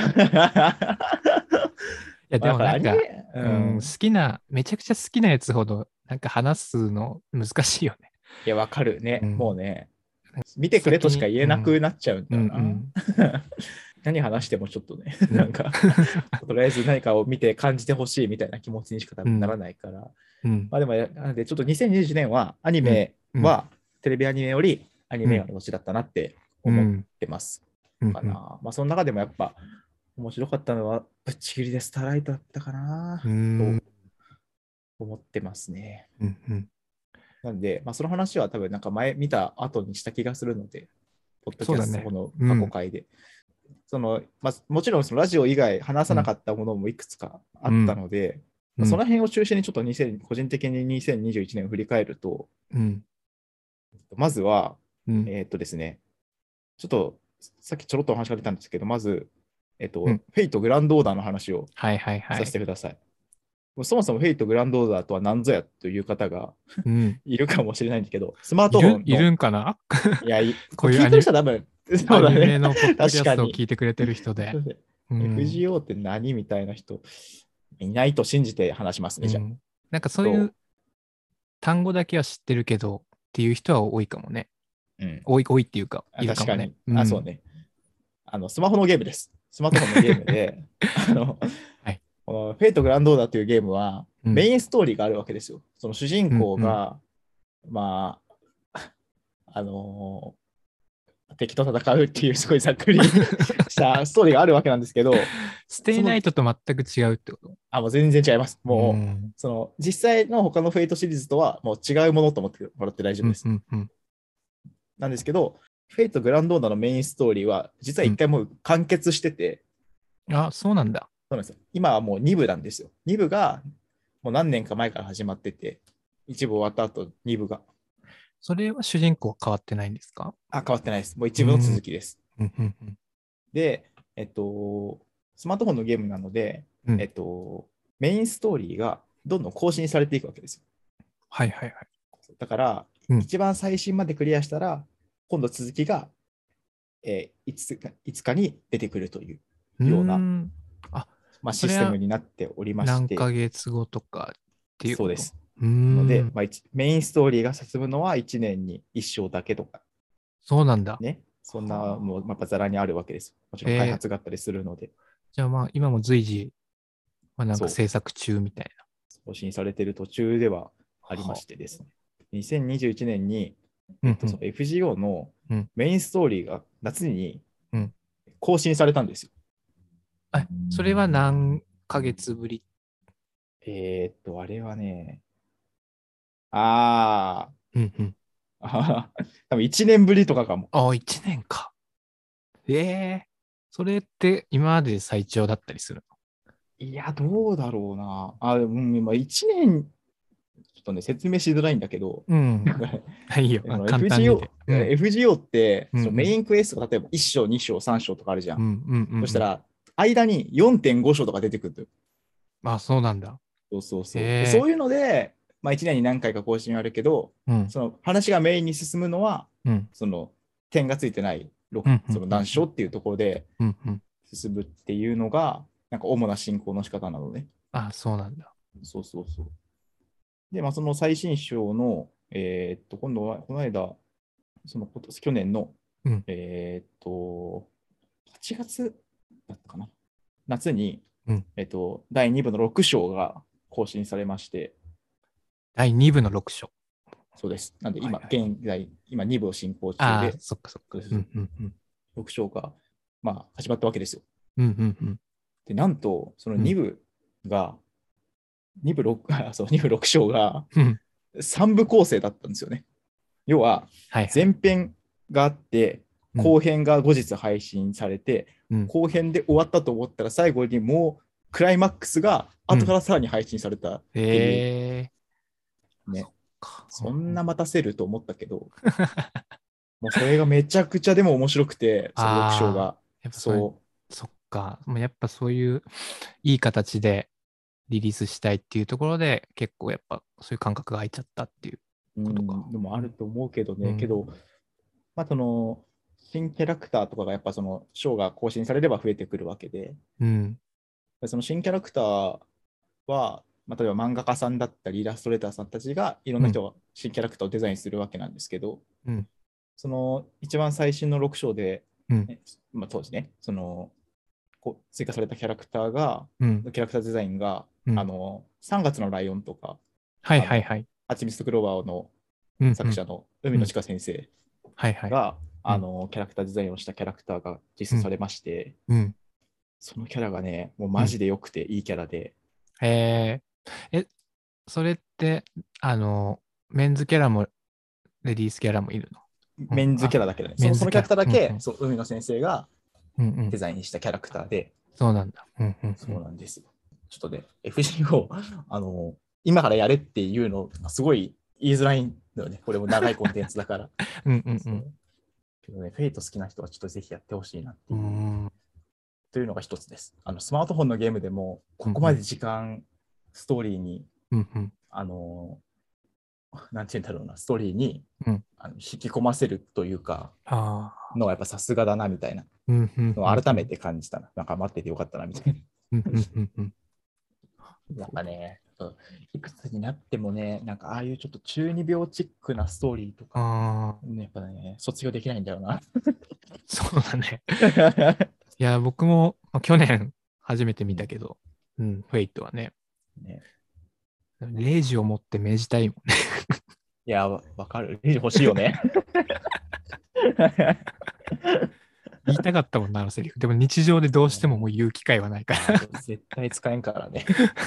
や、でもなんか、好きな、めちゃくちゃ好きなやつほど、なんか話すの難しいよね。 いや、わかるね。もうね、見てくれとしか言えなくなっちゃうんだよな。何話してもちょっとね、なんか、とりあえず何かを見て感じてほしいみたいな気持ちにしか多分ならないから。でも、なんでちょっと2020年はアニメは、テレビアニメよりアニメがの年だったなって思ってます。かな。その中でもやっぱ面白かったのはぶっちぎりでスターライトだったかなと思ってますね。なんで、その話は多分なんか前見た後にした気がするので、ポッドキャストこの過去回でもちろんそのラジオ以外話さなかったものもいくつかあったので、その辺を中心にちょっと個人的に2021年を振り返ると、まずは、ですね、ちょっとさっきちょろっとお話が出たんですけど、まず、フェイトグランドオーダーの話をさせてください。そもそもフェイトグランドオーダーとは何ぞやという方がいるかもしれないんだけど、スマートフォンの。 いるんかな。 いや、こういう聞いてる人は多分、 そうだね。アニメのポッドキャストを聞いてくれてる人で。 FGO って何みたいな人いないと信じて話しますね、じゃあ。 なんかそういう単語だけは知ってるけどっていう人は多いかもね。多いっていうか、いるかもね。 確かに。そうね。スマホのゲームです。スマートフォンのゲームで、このフェイトグランドオーダーというゲームは、メインストーリーがあるわけですよ。その主人公が、まあ、敵と戦うっていうすごいざっくりしたストーリーがあるわけなんですけど、 ステイナイトと全く違うってこと？ もう全然違います。もう、実際の他のフェイトシリーズとはもう違うものと思ってもらって大丈夫です。なんですけど、フェイトグランドオーダーのメインストーリーは、実は一回もう完結してて、 そうなんだ。 そうなんですよ。今はもう2部なんですよ。2部がもう何年か前から始まってて、1部終わった後2部が。 それは主人公は変わってないんですか？ 変わってないです。もう1部の続きです。で、スマートフォンのゲームなので、メインストーリーがどんどん更新されていくわけですよ。だから、一番最新までクリアしたら、今度続きが、いつかに出てくるというようなシステムになっておりまして。 何ヶ月後とかっていうこと？ そうです。ので、メインストーリーが進むのは1年に1章だけとか。 そうなんだ。 ね。そんなもうやっぱざらにあるわけです。もちろん開発があったりするので。 じゃあ今も随時、なんか制作中みたいな。 更新されている途中ではありましてですね。2021年に、その FGO のメインストーリーが夏に更新されたんですよ。 それは何ヶ月ぶり？ あれはね、多分1年ぶりとかかも。 1年か。それって今まで最長だったりするの？いや、どうだろうな。今1年、ちょっとね、説明しづらいんだけど、 いいよ、簡単に。 FGO って、そのメインクエストが例えば1章、2章、3章とかあるじゃん。そしたら、間に 4.5 章とか出てくる。 そうなんだ。 そういうので、1年に何回か更新あるけど、その話がメインに進むのは、その点がついてないその何章っていうところで進むっていうのが、なんか主な進行の仕方なのね。 そうなんだ。 そう。で、その最新章の、今度は、この間、去年の、8月だったかな。夏に、第2部の6章が更新されまして。 第2部の6章。 そうです。なんで現在、今2部を進行中で、 そっか。 6章が、始まったわけですよ。で、なんと、その2部が、2部6章が3部構成だったんですよね。要は、前編があって、後編が後日配信されて、後編で終わったと思ったら、最後にもうクライマックスが後からさらに配信されたっていう。ね。そんな待たせると思ったけど、もうそれがめちゃくちゃでも面白くて、その6章が。 そっか。やっぱそういういい形でリリースしたいっていうところで、結構やっぱそういう感覚が空いちゃったっていうことか。 でもあると思うけどね。けど、その、新キャラクターとかがやっぱその章が更新されれば増えてくるわけで、その新キャラクターは、例えば漫画家さんだったりイラストレーターさんたちがいろんな人が新キャラクターをデザインするわけなんですけど、その一番最新の6章で、そうですね、その追加されたキャラクターが、キャラクターデザインが、3月のライオンとか、ハチミツとクローバーの作者の海野千佳先生が、キャラクターデザインをしたキャラクターが実装されまして、そのキャラがね、もうマジで良くていいキャラで。 それって、メンズキャラも、レディースキャラもいるの？ メンズキャラだけだね。そのキャラクターだけ、海野先生がデザインしたキャラクターで、 そうなんだ。 そうなんですよ。ちょっとね、FGO、今からやれっていうの、すごい言いづらいんだよね。これも長いコンテンツだから。けどね、フェイト好きな人はちょっとぜひやってほしいなっていう、というのが一つです。スマートフォンのゲームでも、ここまで時間、ストーリーに、なんて言うんだろうな、ストーリーに、引き込ませるというか、のがやっぱさすがだなみたいなのを改めて感じたな。なんか待っててよかったなみたいな。なんかね、いくつになってもね、なんかああいうちょっと中二病チックなストーリーとか、やっぱね、卒業できないんだよな。 そうだね。いや、僕も去年初めて見たけど、フェイトはね。0時を持って命じたいもんね。 いや、わかる。0時欲しいよね。 言いたかったもんな、あのセリフ。でも日常でどうしてももう言う機会はないから。 絶対使えんからね。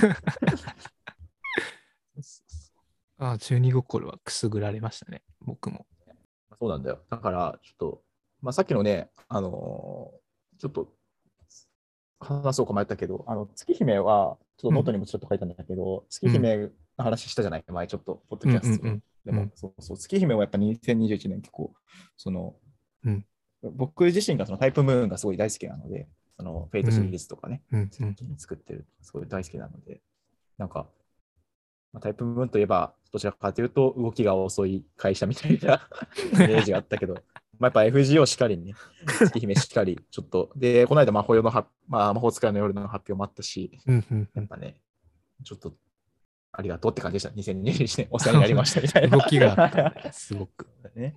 中二心はくすぐられましたね、僕も。 そうなんだよ。だから、ちょっと、さっきのね、ちょっと話そうか迷ったけど、月姫は、ちょっとノートにもちょっと書いたんだけど、月姫の話したじゃない、前ちょっと、ポッドキャストでも、月姫はやっぱ2021年結構、僕自身がそのタイプムーンがすごい大好きなので、そのフェイトシリーズとかね、作ってる、すごい大好きなので、なんか、タイプムーンといえば、どちらかというと、動きが遅い会社みたいなイメージがあったけど、やっぱ FGO しっかりね、月姫しっかり、ちょっと、で、この間魔法使いの夜の発表もあったし、やっぱね、ちょっと、ありがとうって感じでした。2021年お世話になりましたみたいな。 動きがあった、すごく。 ね。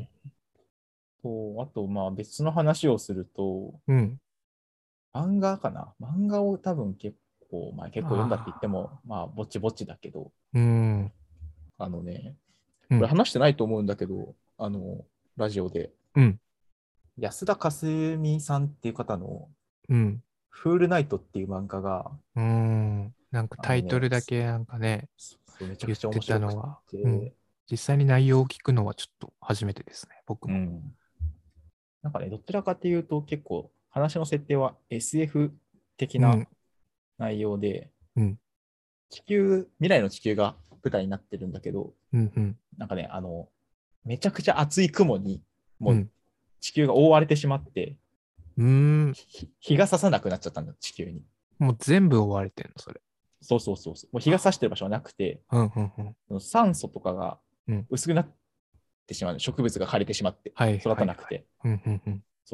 あと、別の話をすると、漫画かな。漫画を多分結構読んだって言っても、ぼちぼちだけど、これ話してないと思うんだけど、ラジオで、安田かすみさんっていう方の、フールナイトっていう漫画が、 なんかタイトルだけなんかね、 めちゃくちゃ面白くて、 実際に内容を聞くのはちょっと初めてですね、僕も。 なんかね、どちらかというと結構話の設定は SF 的な内容で、未来の地球が舞台になってるんだけど、なんかね、めちゃくちゃ厚い雲にもう地球が覆われてしまって、日が差さなくなっちゃったんだ、地球に。 もう全部覆われてんの、それ。 そう。もう日が差してる場所はなくて、酸素とかが薄くなってしまう、植物が枯れてしまって、育たなくて。そう。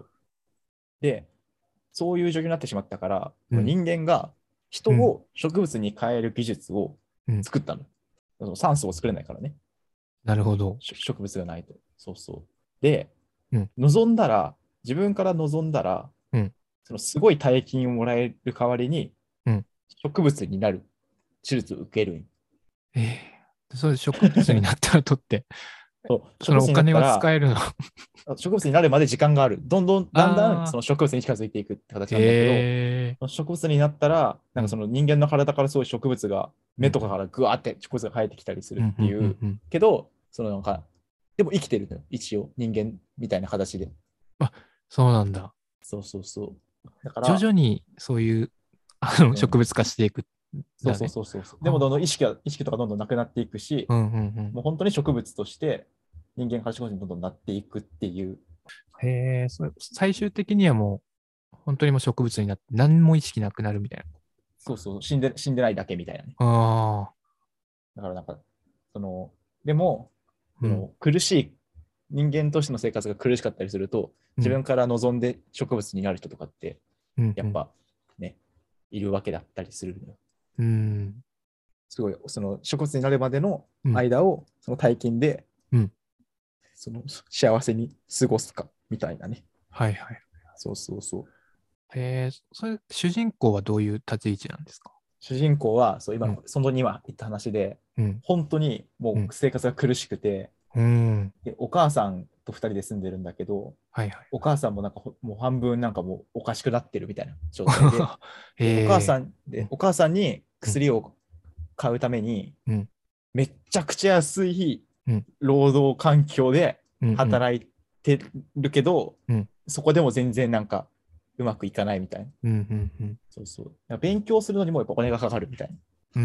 で、そういう状況になってしまったから、人間が人を植物に変える技術を作ったの。酸素を作れないからね。 なるほど。 植物がないと。そう。で、望んだら、自分から望んだら、そのすごい大金をもらえる代わりに、植物になる手術を受ける。 それ植物になったらとって、そのお金は使えるの？ 植物になるまで時間がある。だんだんその植物に近づいていくって形なんだけど、植物になったら、なんかその人間の体からすごい植物が、目とかからグワーって植物が生えてきたりするっていう。けど、そのなんか、でも生きてるのよ、一応、人間みたいな形で。 そうなんだ。 そう。 だから徐々にそういう植物化していく。 そう。でもどんどん意識とかどんどんなくなっていくし、もう本当に植物として人間から植物にどんどんなっていくっていう。 最終的にはもう本当にもう植物になって何も意識なくなるみたいな。 そう、死んでないだけみたいなね。だからなんか、でも、苦しい、人間としての生活が苦しかったりすると、自分から望んで植物になる人とかって、やっぱね、いるわけだったりするのよ。すごい、その植物になるまでの間を、その体験で、その幸せに過ごすかみたいなね。そう。 それ、主人公はどういう立ち位置なんですか？ 主人公は、今、その今言った話で、本当にもう生活が苦しくて、でお母さんと2人で住んでるんだけど、お母さんもなんかもう半分なんかもうおかしくなってるみたいな状態で、お母さんに薬を買うために、めっちゃくちゃ安い労働環境で働いてるけど、 うん、 そこでも全然なんかうまくいかないみたいな。 うん、うん、 そうそう。勉強するのにもやっぱお金がかかるみたいな。 うん。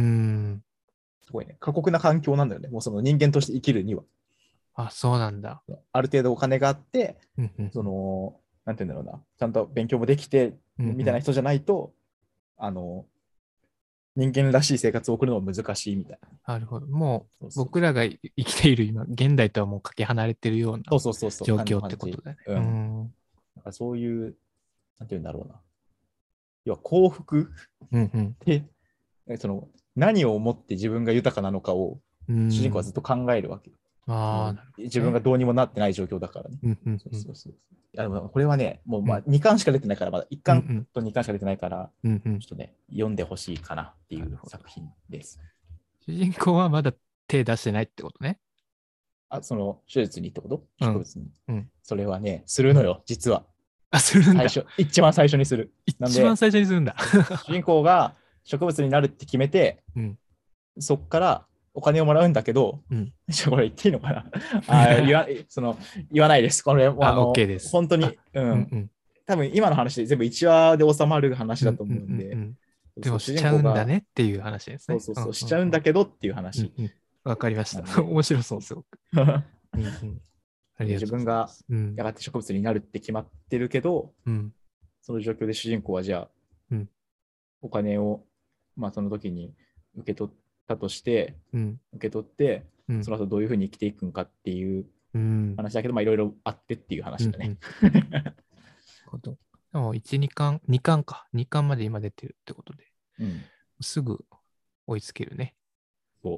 すごいね。過酷な環境なんだよね。もうその人間として生きるには。 あ、そうなんだ。 ある程度お金があって、 うん、うん、 その、なんて言うんだろうな。ちゃんと勉強もできて、 うん、うん。 みたいな人じゃないと、あの、人間らしい生活を送るのは難しいみたいな。 なるほど。もうそうそう僕らが生きている今、現代とはもうかけ離れてるようなそうそうそうそう、 状況って感じ。 ことだよね。 うん。 うなんん。 かそういう、なんて言うんだろうな。要は幸福うんうん。 で、その何を思って自分が豊かなのかをう主人公はん。 ずっと考えるわけ。そああ、 のなるほ自どね。 分がどうにもなってない状況だからね。 うんうんうん。 そうそうそう。いやでもこれはね、もうまあうん 2巻しか出てないから、まだ1巻うんうん。 と2巻しか出てないから、 うんうん。 ちょっとね、読んでほしいかなっていうなるほど。 作品です。 主人公はまだ手出してないってことね。 あ、その手術にってこと？ うん。 植物に。 うん。 それはね、するうん。 のよ、実は。 あ、するんだ。 一番最初にする。なんで、 一番最初にするんだ。 主人公が植物になるって決めて、 うん。 そっからお金をもらうんだけど、 うん。 これ言っていいのかな言わないです。これ、 あ、OK です。あ、 本当に、うん。 うんうん。 多分今の話で全部1話で収まる話うんうだと思うんで、 んうんうん。でそう主もしちゃうんだ人公が、 ねっていう話ですね。うんしちゃうんうんうん。 だけどっていう話うんうん。わかりました。 なんで、 面白そう、すごく。うんうん。ありがとうご自分がざいます。うん。 やがて植物になるって決まってるけど、 うん。 その状況で主人公はじゃあ、 うん。 お金を、まあ、その時に受け取ったとして、 うん。 受け取って、 うん。 その後どういうふうに生きていくんかっていううん。 話だけど、まあいろいろあってっていううん。 話だね。 うん。こと。でも、1、2巻か。2巻まで今出てるってことで、 うん。 すぐ追いつけるね。 そう。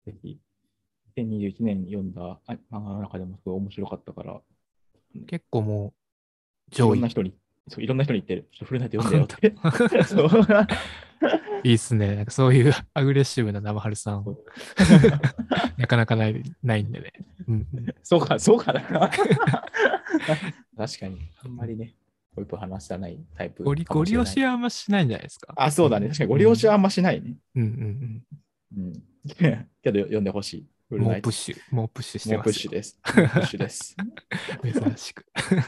ぜひ、2021年に読んだ漫画の中でもすごい面白かったから、 結構もう、 い上位。 ろんな人に、そういろんな人に言ってる。ちょっとフルナイト読んだよ本当。 って。そう。 いいっすね。なんかそういうアグレッシブな生春さん、なかなかないんでね。うんうん、 そうかな。確かに、あんまりね、こういう話さないタイプかご利用もしれない。 しはあんましないんじゃないですか。 あ、そうだね。確かにごうん。 利用しはあんましないね。 うんうんうん。けど読んでほしい。フうん。 ルナイト。 もうプッシュしてもうプッますよ。 シュです。もうプッシュです。 珍しく。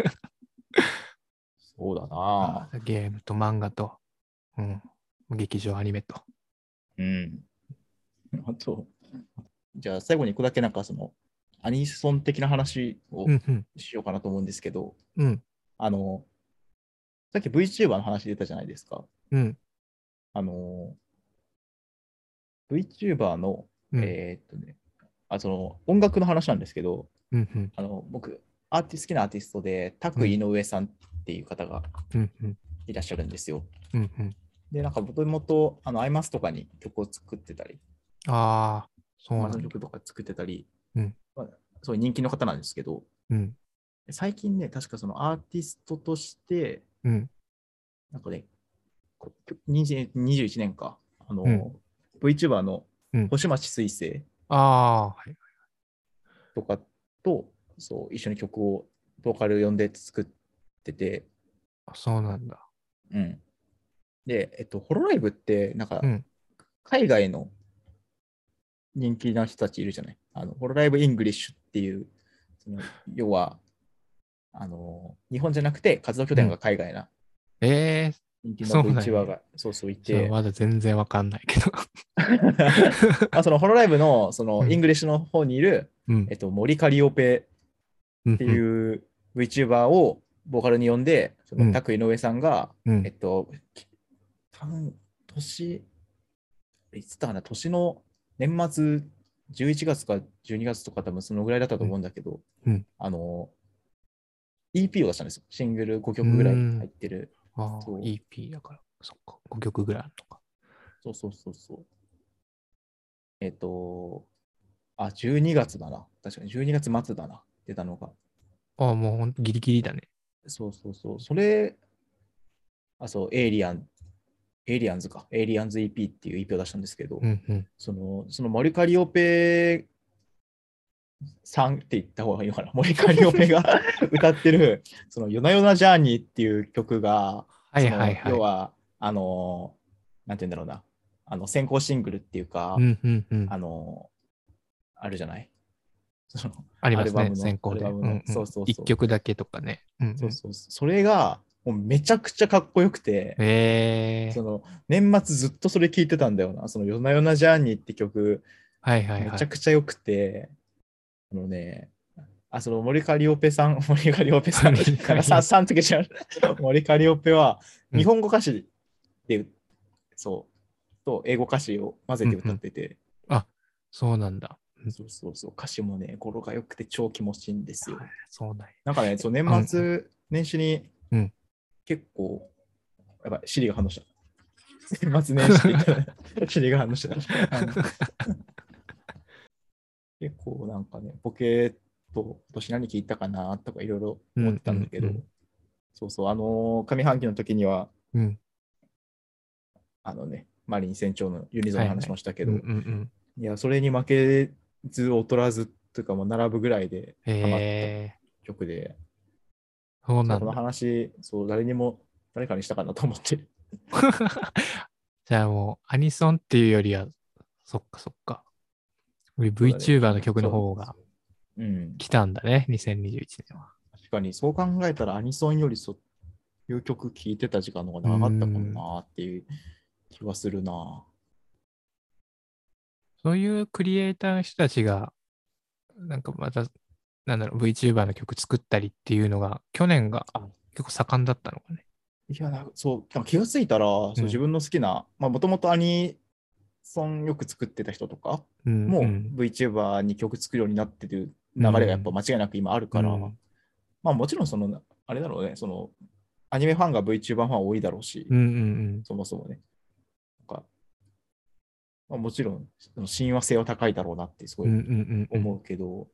そうだな。 ゲームと漫画と、うん、劇場アニメと。 うん。あと、じゃあ最後に行くだけなんかそのアニソン的な話をうんうんしようかなと思うんですけど、 うん。 あの、さっき VTuber の話出たじゃないですか。 うん。 あの、VTuber の、 うん。 その音楽の話なんですけど、 うん。 僕、好きなアーティストで、タクうん。 井上さんっていう方がうん。うん。 いらっしゃるんですよ。 うん。 で、なんかもともと、アイマスとかに曲を作ってたり、 ああ、そうアマゾンなんだ。 曲とか作ってたり、 うん。 まあ、そういう人気の方なんですけど、 うん。 最近ね、確かそのアーティストとして、 うん。 なんかね、21年か、 うん。 VTuber のうん。 星町水星ああ、はい。 とかと、そう、一緒に曲をボーカル呼んで作ってて、 そうなんだ。 うん。で、ホロライブって、なんか、 うん。 海外の人気な人たちいるじゃない。ホロライブイングリッシュっていう、その要は、日本じゃなくて活動拠点がうん。 海外なええ人気のそうなん VTuber や。 がそうそういじゃあて、 まだ全然わかんないけど。 まあそのホロライブのそのインうん。 グリッシュの方にいる、 うん。 森カリオペってうん。うん。 いう VTuber をボーカルに呼んで、そのうん。 タク井上さんが、 うん。 多分年、いつだかな、年の年末11月か12月とか多分そのぐらいだったと思うんだけど、 うん。 あの、EP を出したんですよ。シングル5 う曲ぐらい入ん。 ってる。 ああ、 そう EP だから。そっか。5曲ぐらいあるのか。 そう。12月だな。確かに12月末だな。出たのが。 ああ、もうほんとギリギリだね。 それ、エイリアンズか。エイリアンズ EP っていう EP を出したんですけど、 うんうん。 そのモリカリオペさんって言った方がいいのかな。モリカリオペが歌ってる、その夜な夜なジャーニーっていう曲が、 はいはいはい。 要は、なんて言うんだろうな。先行シングルっていうか、 うんうんうん。 あるじゃない。 そのありますね、 アルバムの、 先行で。 そうそう一そう。 曲だけとかね。 そうそうそう。それが、もうめちゃくちゃかっこよくて、その年末ずっとそれ聞いてたんだよな。その夜な夜なジャーニーって曲、 はいはいはい。 めちゃくちゃよくて、あのね、その森カリオペさん、森カリオペさん、なんかさんつけちゃう。森カリオペは、日本語歌詞で、そう、と英語歌詞を混ぜて歌ってて。 あ、そうなんだ。 そうそうそう、歌詞もね、語呂が良くて超気持ちいいんですよ。 そうなんなんかね、そう年末年始に結構、やばい、シリが反応した。年末年始って言ったら、シリが反応した。結構なんかね、ボケーと今年何聞いたかなとかいろいろ思ってたんだけど、そうそう、上半期の時には、マリン船長のユニゾンの話もしたけど、いや、それに負けず劣らずというか、もう並ぶぐらいでハマった曲で、 そうなんだ。 この話、そう、誰かにしたかなと思って。 じゃあもう、アニソンっていうよりは、そっかそっか。VTuber の曲の方が来たんだね、2021年は。 確かに、そう考えたらアニソンよりそういう曲聴いてた時間の方が長かったかもなっていう気はするな。 そういうクリエイターの人たちが、なんかまた、なんだろう、VTuber の曲作ったりっていうのが、去年が結構盛んだったのかね。 いや、そう、気がついたら、そう自分の好きな、もともとアニソンよく作ってた人とかも VTuber に曲作るようになってる流れがやっぱ間違いなく今あるから、まあもちろんあれだろうね、アニメファンが VTuber ファン多いだろうし、そもそもね。もちろん親和性は高いだろうなってすごい思うけど、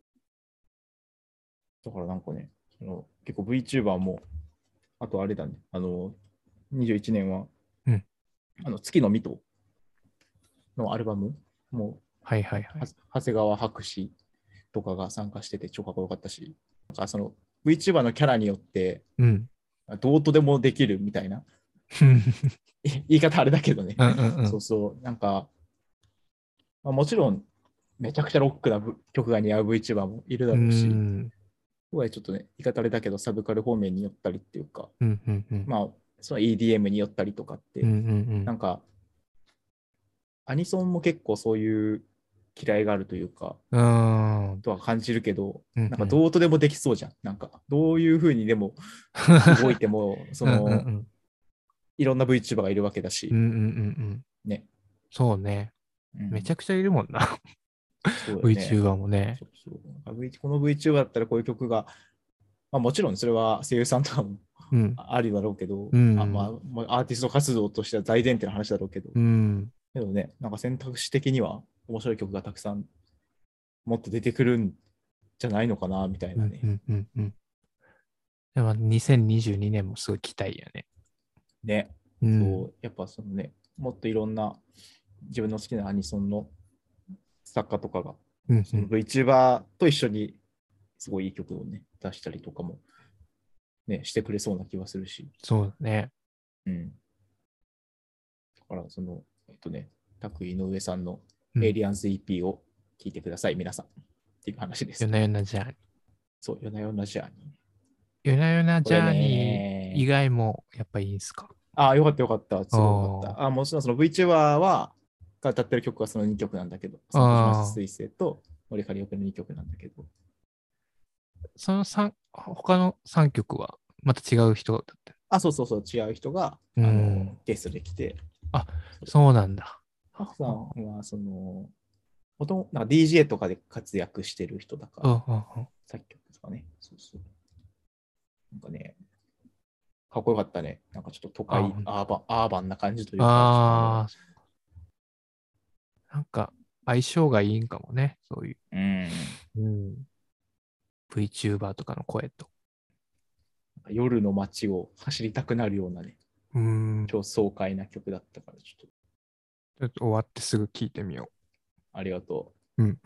だからなんかね、結構 VTuber も、あとあれだね、21年は、月のミトのアルバムも、長谷川博士とかが参加してて超かっこよかったし、なんかVTuber のキャラによって、どうとでもできるみたいな言い方あれだけどね、そうそう、なんか、もちろんめちゃくちゃロックな曲が似合う VTuber もいるだろうし、ちょっとね、言い方あれだけど、サブカル方面に寄ったりっていうか、まあ、その EDM に寄ったりとかって、なんか、アニソンも結構そういう嫌いがあるというか、とは感じるけど、なんかどうとでもできそうじゃん。なんか、どういうふうにでも動いても、いろんな VTuber がいるわけだし、ね。 そうね。めちゃくちゃいるもんな。VTuber もね。 この VTuber だったらこういう曲が、もちろんそれは声優さんとかもあるだろうけど、アーティスト活動としては大前提の話だろうけど、けどね、なんか選択肢的には面白い曲がたくさんもっと出てくるんじゃないのかな、みたいなね。 でも2022年もすごい期待やね。 ね。そう、やっぱもっといろんな自分の好きなアニソンの作家とかが、VTuber と一緒にすごいいい曲をね、出したりとかも、ね、してくれそうな気はするし。 そうだね。 だから拓井上さんのエイリアンズ EP を聴いてください、皆さん。っていう話です。 夜な夜なジャーニー。 そう、夜な夜なジャーニー。 夜な夜なジャーニー以外もやっぱいいんすか？ よかったよかった。すごいよかった。もちろんVTuber が歌ってる曲はその2曲なんだけど、その水星と森カリオペの2曲なんだけど。 その他の3曲はまた違う人だった？ そうそうそう、違う人がゲストで来て。 そうなんだ。 ハクさんはなんか DJ とかで活躍してる人だから、作曲とかね。そうそう。なんかね、かっこよかったね。なんかちょっと都会、アーバンな感じというか。 なんか相性がいいんかもね、そういう。VTuber とかの声と。 夜の街を走りたくなるようなね、超爽快な曲だったから、ちょっと終わってすぐ聴いてみよう。 ありがとう。い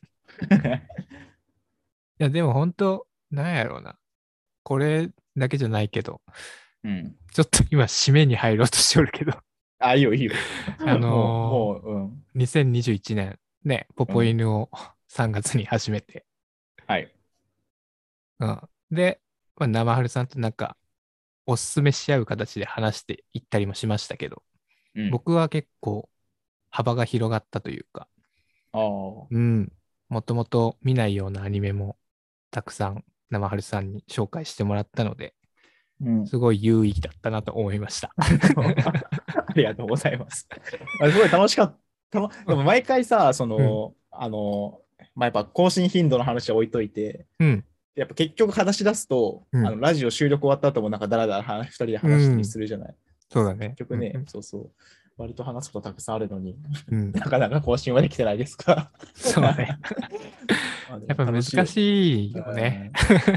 や、でも本当、なんやろうな。これだけじゃないけど、ちょっと今、締めに入ろうとしておるけど。 いいよいいよ。 2021年、ね、ポポ犬を 3月に始めて。 はい。 で、生春さんとなんか、おすすめし合う形で話していったりもしましたけど、僕は結構幅が広がったというか、もともと見ないようなアニメもたくさん生春さんに紹介してもらったので、すごい有意義だったなと思いました。 ありがとうございます。すごい楽しかった。でも毎回さ、やっぱ更新頻度の話は置いといて、やっぱ結局話し出すと、ラジオ収録終わった後もなんかダラダラ2人で話したりするじゃない。 そうだね。 結局ね、割と話すことたくさんあるのに、なかなか更新はできてないですか。 そうね。やっぱ難しいよね。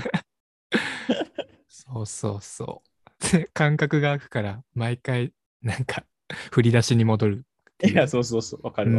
そう感覚が空くから毎回なんか振り出しに戻る。 いや、わかる。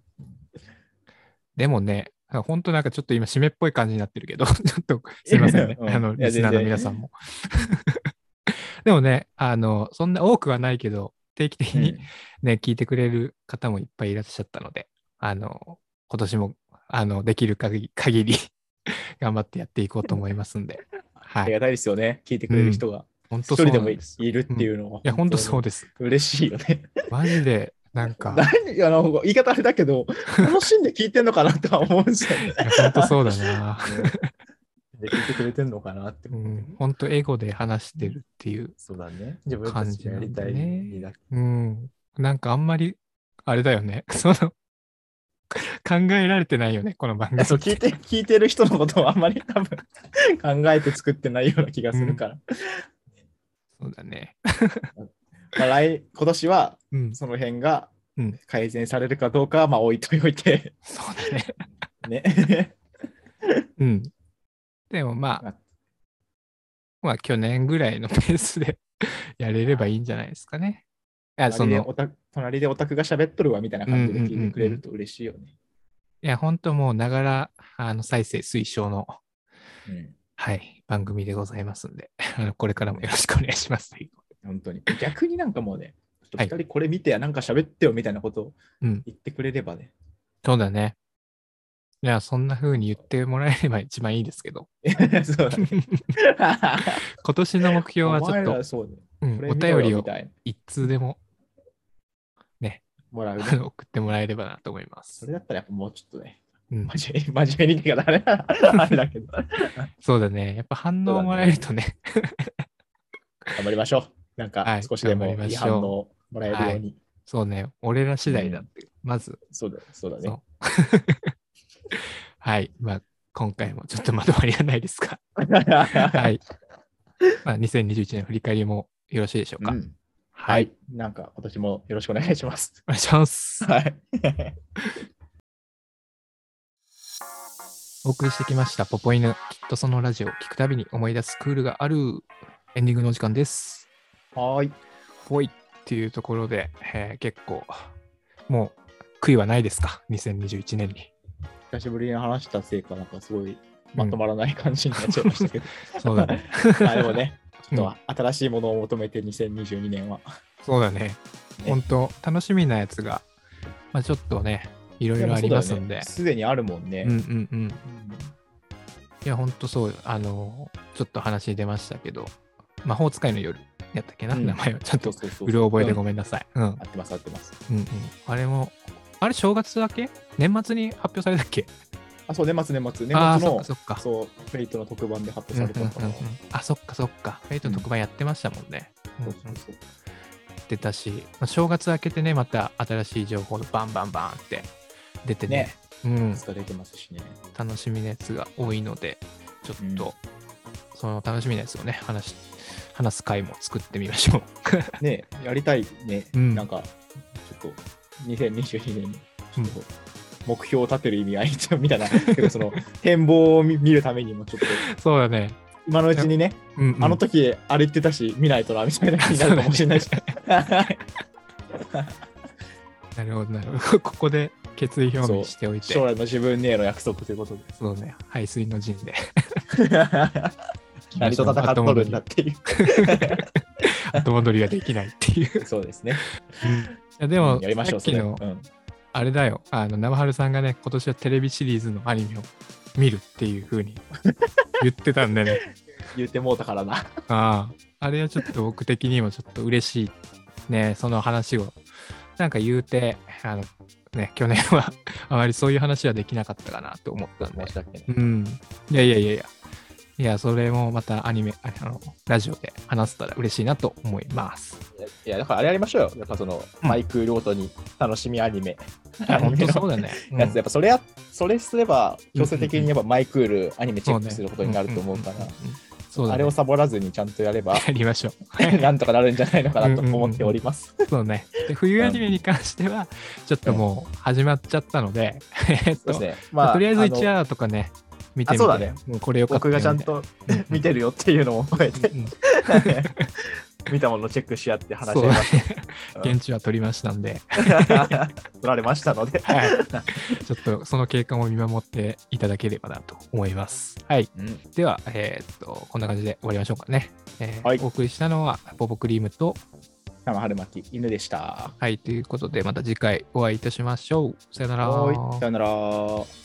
でもね、本当なんかちょっと今締めっぽい感じになってるけど、ちょっとすいませんね。リスナーの皆さんも。でもね、そんな多くはないけど、定期的にね、聞いてくれる方もいっぱいいらっしゃったので、今年もできる限り頑張ってやっていこうと思いますんで。 ありがたいですよね、聞いてくれる人が。一人でもいるっていうのは。 いや、本当そうです。 嬉しいよね。 マジで、なんか。 言い方あれだけど、楽しんで聞いてんのかなとは思うんですよね。 本当そうだな。 で聞いてくれてんのかなって。 本当エゴで話してるっていう感じなんでね。なんかあんまり、あれだよね。考えられてないよね、この番組。 聞いてる人のことをあんまり多分考えて作ってないような気がするから。 そうだね。 今年はその辺が改善されるかどうかは置いといて。 そうだね。 ね。でもまあ去年ぐらいのペースでやれればいいんじゃないですかね。 隣でオタクが喋っとるわみたいな感じで聞いてくれると嬉しいよね。 いや、本当もうながら再生推奨の、はい、番組でございますんで、これからもよろしくお願いします。 本当に。逆になんかもうね、2人これ見てやなんか喋ってよみたいなことを言ってくれればね。 そうだね。いや、そんな風に言ってもらえれば一番いいですけど。 そうだね。 今年の目標はちょっと、お便りを一通でもね、送ってもらえればなと思います。 それだったらやっぱもうちょっとね、真面目に言うからあれだけど。 そうだね。やっぱ反応もらえるとね。 頑張りましょう。なんか少しでもいい反応もらえるように。 そうね。俺ら次第だって。まず。 そうだね。 はい。今回もちょっとまとまりがないですが。はい。2021年振り返りもよろしいでしょうか。 はい。なんか今年もよろしくお願いします。 お願いします。 はい。 お送りしてきましたポポ犬、きっとそのラジオを聞くたびに思い出すクールがあるエンディングのお時間です。 はい。 ほいっていうところで、結構もう悔いはないですか、2021年に。 久しぶりに話したせいかなんかすごいまとまらない感じになっちゃいましたけど。 そうだね。 でもね、ちょっと新しいものを求めて2022年は。 そうだね。本当楽しみなやつが、ちょっとね、いろいろありますんで。 すでにあるもんね。 いや、ほんとそう、ちょっと話出ましたけど、魔法使いの夜やったっけな、名前をちゃんとうる覚えでごめんなさい。 合ってます。 あれも、あれ正月だけ年末に発表されたっけ？ そう、年末の、 そう、フェイトの特番で発表されたから。 そっか。フェイトの特番やってましたもんね。出たし、正月明けてね、また新しい情報がバンバンって出てね。 出てますしね。 楽しみなやつが多いので、ちょっと、その楽しみなやつをね、話す回も作ってみましょう。ね、やりたいね。なんか、ちょっと、2022年に、目標を立てる意味合いみたいな、その展望を見るためにもちょっと。 そうだね。 今のうちにね、あの時あれ言ってたし、見ないとな、みたいな気になるかもしれないし。 なるほど。ここで決意表明しておいて。 将来の自分への約束ということで。 そうね、排水の陣で。 何と戦っとるんだっていう。 後戻りができないっていう。 そうですね。 でも、 やりましょう、 さっきのあれだよ、生春さんがね、今年はテレビシリーズのアニメを見るっていう風に言ってたんでね。 言ってもうたからな。 あれはちょっと僕的にもちょっと嬉しいね、その話を。なんか言うて、去年はあまりそういう話はできなかったかなと思ったんで。 申し訳ない。 うん。いや、それもまたアニメ、ラジオで話せたら嬉しいなと思います。 いや、だからあれやりましょうよ。やっぱその、マイクールごとに楽しみアニメ。 本当そうだね。 やつ、やっぱそれすれば、強制的にやっぱマイクールアニメチェックすることになると思うから、あれをサボらずにちゃんとやれば、 やりましょう。なんとかなるんじゃないのかなと思っております。 そうね。で、冬アニメに関しては、ちょっともう始まっちゃったので、 そうですね。 とりあえず1話とかね、見てみて、 そうだね。 もうこれよかった僕がちゃんと見てるよっていうのも含めて、見たものをチェックし合って話し合いましょう。 現地は取りましたんで。 取られましたので、 はい。ちょっとその経過も見守っていただければなと思います。はい。では、こんな感じで終わりましょうかね。お送りしたのは、ポポクリームと、 生春巻き犬でした。 はい。ということで、また次回お会いいたしましょう。さよなら。 さよなら。